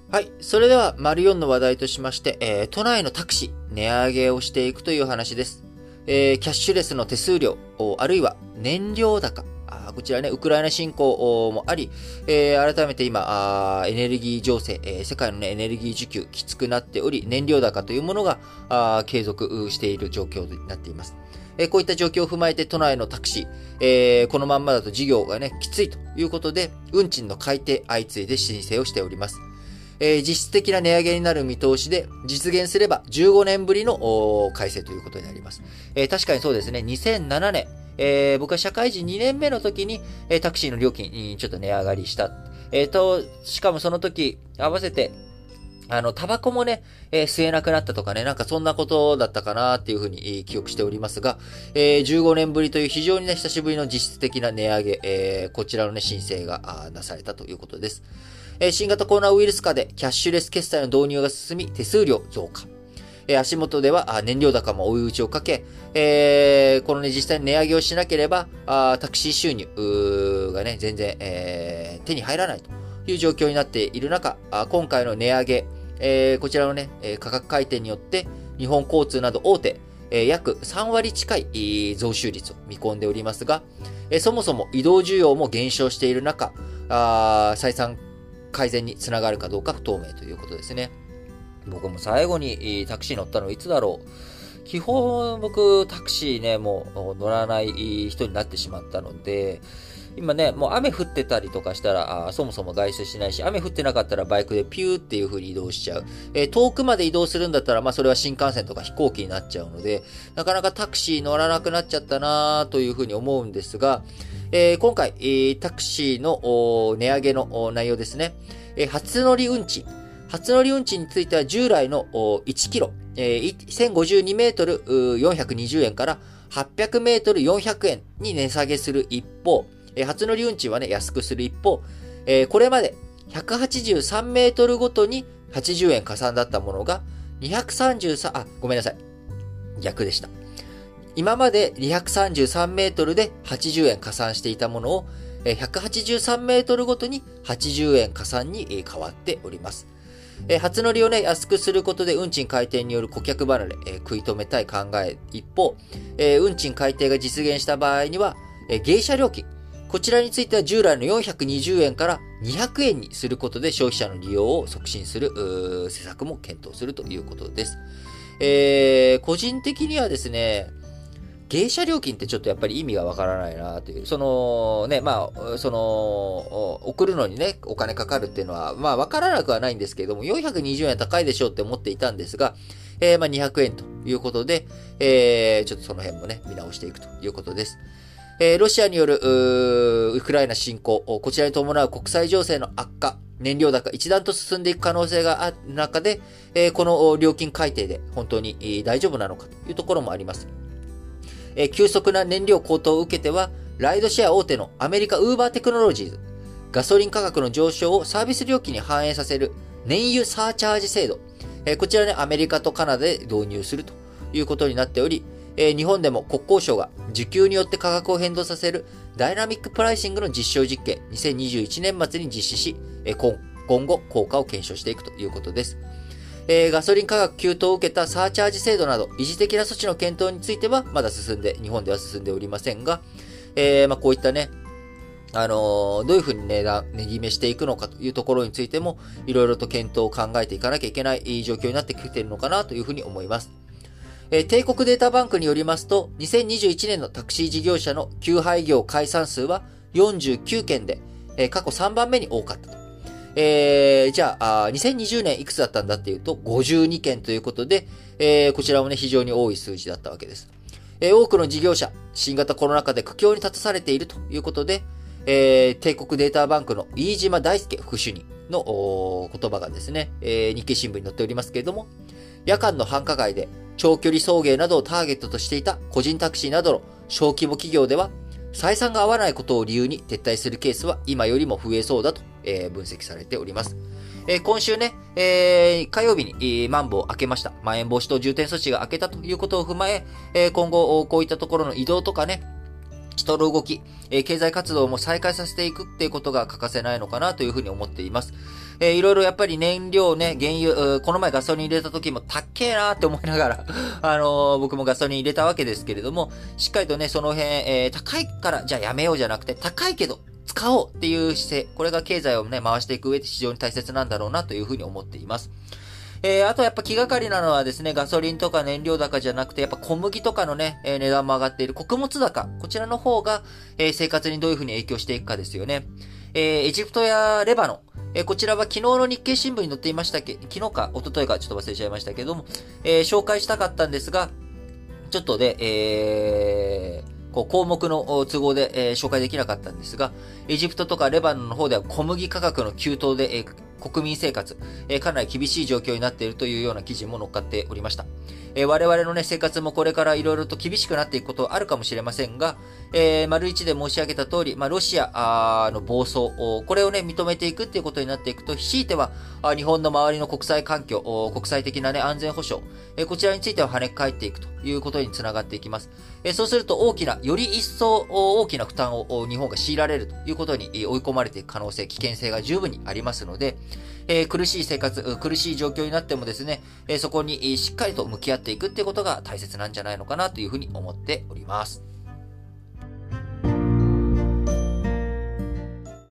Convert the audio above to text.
はい。それでは、丸4の話題としまして、都内のタクシー、値上げをしていくという話です。キャッシュレスの手数料、あるいは燃料高。こちらね、ウクライナ侵攻もあり、改めて今、エネルギー情勢、世界のね、エネルギー需給きつくなっており、燃料高というものが継続している状況になっています。こういった状況を踏まえて都内のタクシー、このまんまだと事業がね、きついということで、運賃の改定相次いで申請をしております。実質的な値上げになる見通しで、実現すれば15年ぶりの改正ということになります。確かにそうですね、2007年、僕は社会人2年目の時に、タクシーの料金にちょっと値上がりした。しかもその時、合わせて、タバコもね、吸えなくなったとかね、なんかそんなことだったかなっていうふうに記憶しておりますが、15年ぶりという非常にね、久しぶりの実質的な値上げ、こちらのね、申請がなされたということです。新型コロナウイルス下でキャッシュレス決済の導入が進み、手数料増加。足元では燃料高も追い打ちをかけ、このね、実際に値上げをしなければ、タクシー収入がね、全然、手に入らないという状況になっている中、今回の値上げ、こちらのね、価格改定によって、日本交通など大手、約3割近い増収率を見込んでおりますが、そもそも移動需要も減少している中、採算改善につながるかどうか不透明ということですね。僕も最後にタクシー乗ったのいつだろう。基本僕タクシーね、もう乗らない人になってしまったので、今ね、もう雨降ってたりとかしたら、そもそも外出しないし、雨降ってなかったらバイクでピューっていう風に移動しちゃう。遠くまで移動するんだったら、それは新幹線とか飛行機になっちゃうので、なかなかタクシー乗らなくなっちゃったなという風に思うんですが、今回、タクシーの値上げの内容ですね。初乗り運賃。初乗り運賃については従来の1キロ、1052メートル420円から800メートル400円に値下げする一方、初乗り運賃はね、安くする一方、これまで183メートルごとに80円加算だったものがごめんなさい。逆でした。今まで233メートルで80円加算していたものを183メートルごとに80円加算に変わっております。初乗りをね、安くすることで運賃改定による顧客離れ、食い止めたい考え一方、運賃改定が実現した場合には、迎車料金。こちらについては従来の420円から200円にすることで消費者の利用を促進する施策も検討するということです。個人的にはですね、迎車料金ってちょっとやっぱり意味がわからないなという。送るのにね、お金かかるっていうのは、わからなくはないんですけれども、420円は高いでしょうって思っていたんですが、200円ということで、ちょっとその辺もね、見直していくということです。ロシアによるウクライナ侵攻、こちらに伴う国際情勢の悪化、燃料高一段と進んでいく可能性がある中で、この料金改定で本当に大丈夫なのかというところもあります。急速な燃料高騰を受けては、ライドシェア大手のアメリカウーバーテクノロジーズ、ガソリン価格の上昇をサービス料金に反映させる燃油サーチャージ制度、こちらね、アメリカとカナダで導入するということになっており、日本でも国交省が需給によって価格を変動させるダイナミックプライシングの実証実験、2021年末に実施し、今後効果を検証していくということです。ガソリン価格急騰を受けたサーチャージ制度など、一時的な措置の検討については、まだ日本では進んでおりませんが、こういったね、どういうふうに値決めしていくのかというところについても、いろいろと検討を考えていかなきゃいけない状況になってきているのかなというふうに思います。帝国データバンクによりますと、2021年のタクシー事業者の休廃業解散数は49件で、過去3番目に多かったと。じゃあ、2020年いくつだったんだっていうと、52件ということで、こちらもね、非常に多い数字だったわけです。多くの事業者、新型コロナ禍で苦境に立たされているということで、帝国データバンクの飯島大輔副主任の言葉がですね、日経新聞に載っておりますけれども、夜間の繁華街で長距離送迎などをターゲットとしていた個人タクシーなどの小規模企業では、採算が合わないことを理由に撤退するケースは今よりも増えそうだと、分析されております。今週ね、火曜日に、まん防を開けました。まん延防止等重点措置が開けたということを踏まえ、今後、こういったところの移動とかね、人の動き、経済活動も再開させていくっていうことが欠かせないのかなというふうに思っています。 いろいろやっぱり燃料ね、原油、この前ガソリン入れた時も高えなーって思いながら、僕もガソリン入れたわけですけれども、しっかりとね、その辺、高いからじゃあやめようじゃなくて、高いけど使おうっていう姿勢、これが経済をね、回していく上で非常に大切なんだろうなというふうに思っています。あとやっぱ気がかりなのはですね、ガソリンとか燃料高じゃなくて、やっぱ小麦とかのね、値段も上がっている穀物高、こちらの方が、生活にどういうふうに影響していくかですよね。エジプトやレバノン、こちらは昨日の日経新聞に載っていました昨日か一昨日かちょっと忘れちゃいましたけども、紹介したかったんですが、ちょっとで、項目の都合で、紹介できなかったんですが、エジプトとかレバノンの方では小麦価格の急騰で、国民生活、かなり厳しい状況になっているというような記事も載っかっておりました。我々のね、生活もこれからいろいろと厳しくなっていくことはあるかもしれませんが、丸一で申し上げた通り、ロシアの暴走、これをね、認めていくっていうことになっていくと、強いては、日本の周りの国際環境、国際的なね、安全保障、こちらについては跳ね返っていくということにつながっていきます。そうするとより一層大きな負担を日本が強いられるということに追い込まれていく可能性、危険性が十分にありますので、苦しい生活、苦しい状況になってもですね、そこにしっかりと向き合っていくっていうことが大切なんじゃないのかなというふうに思っております。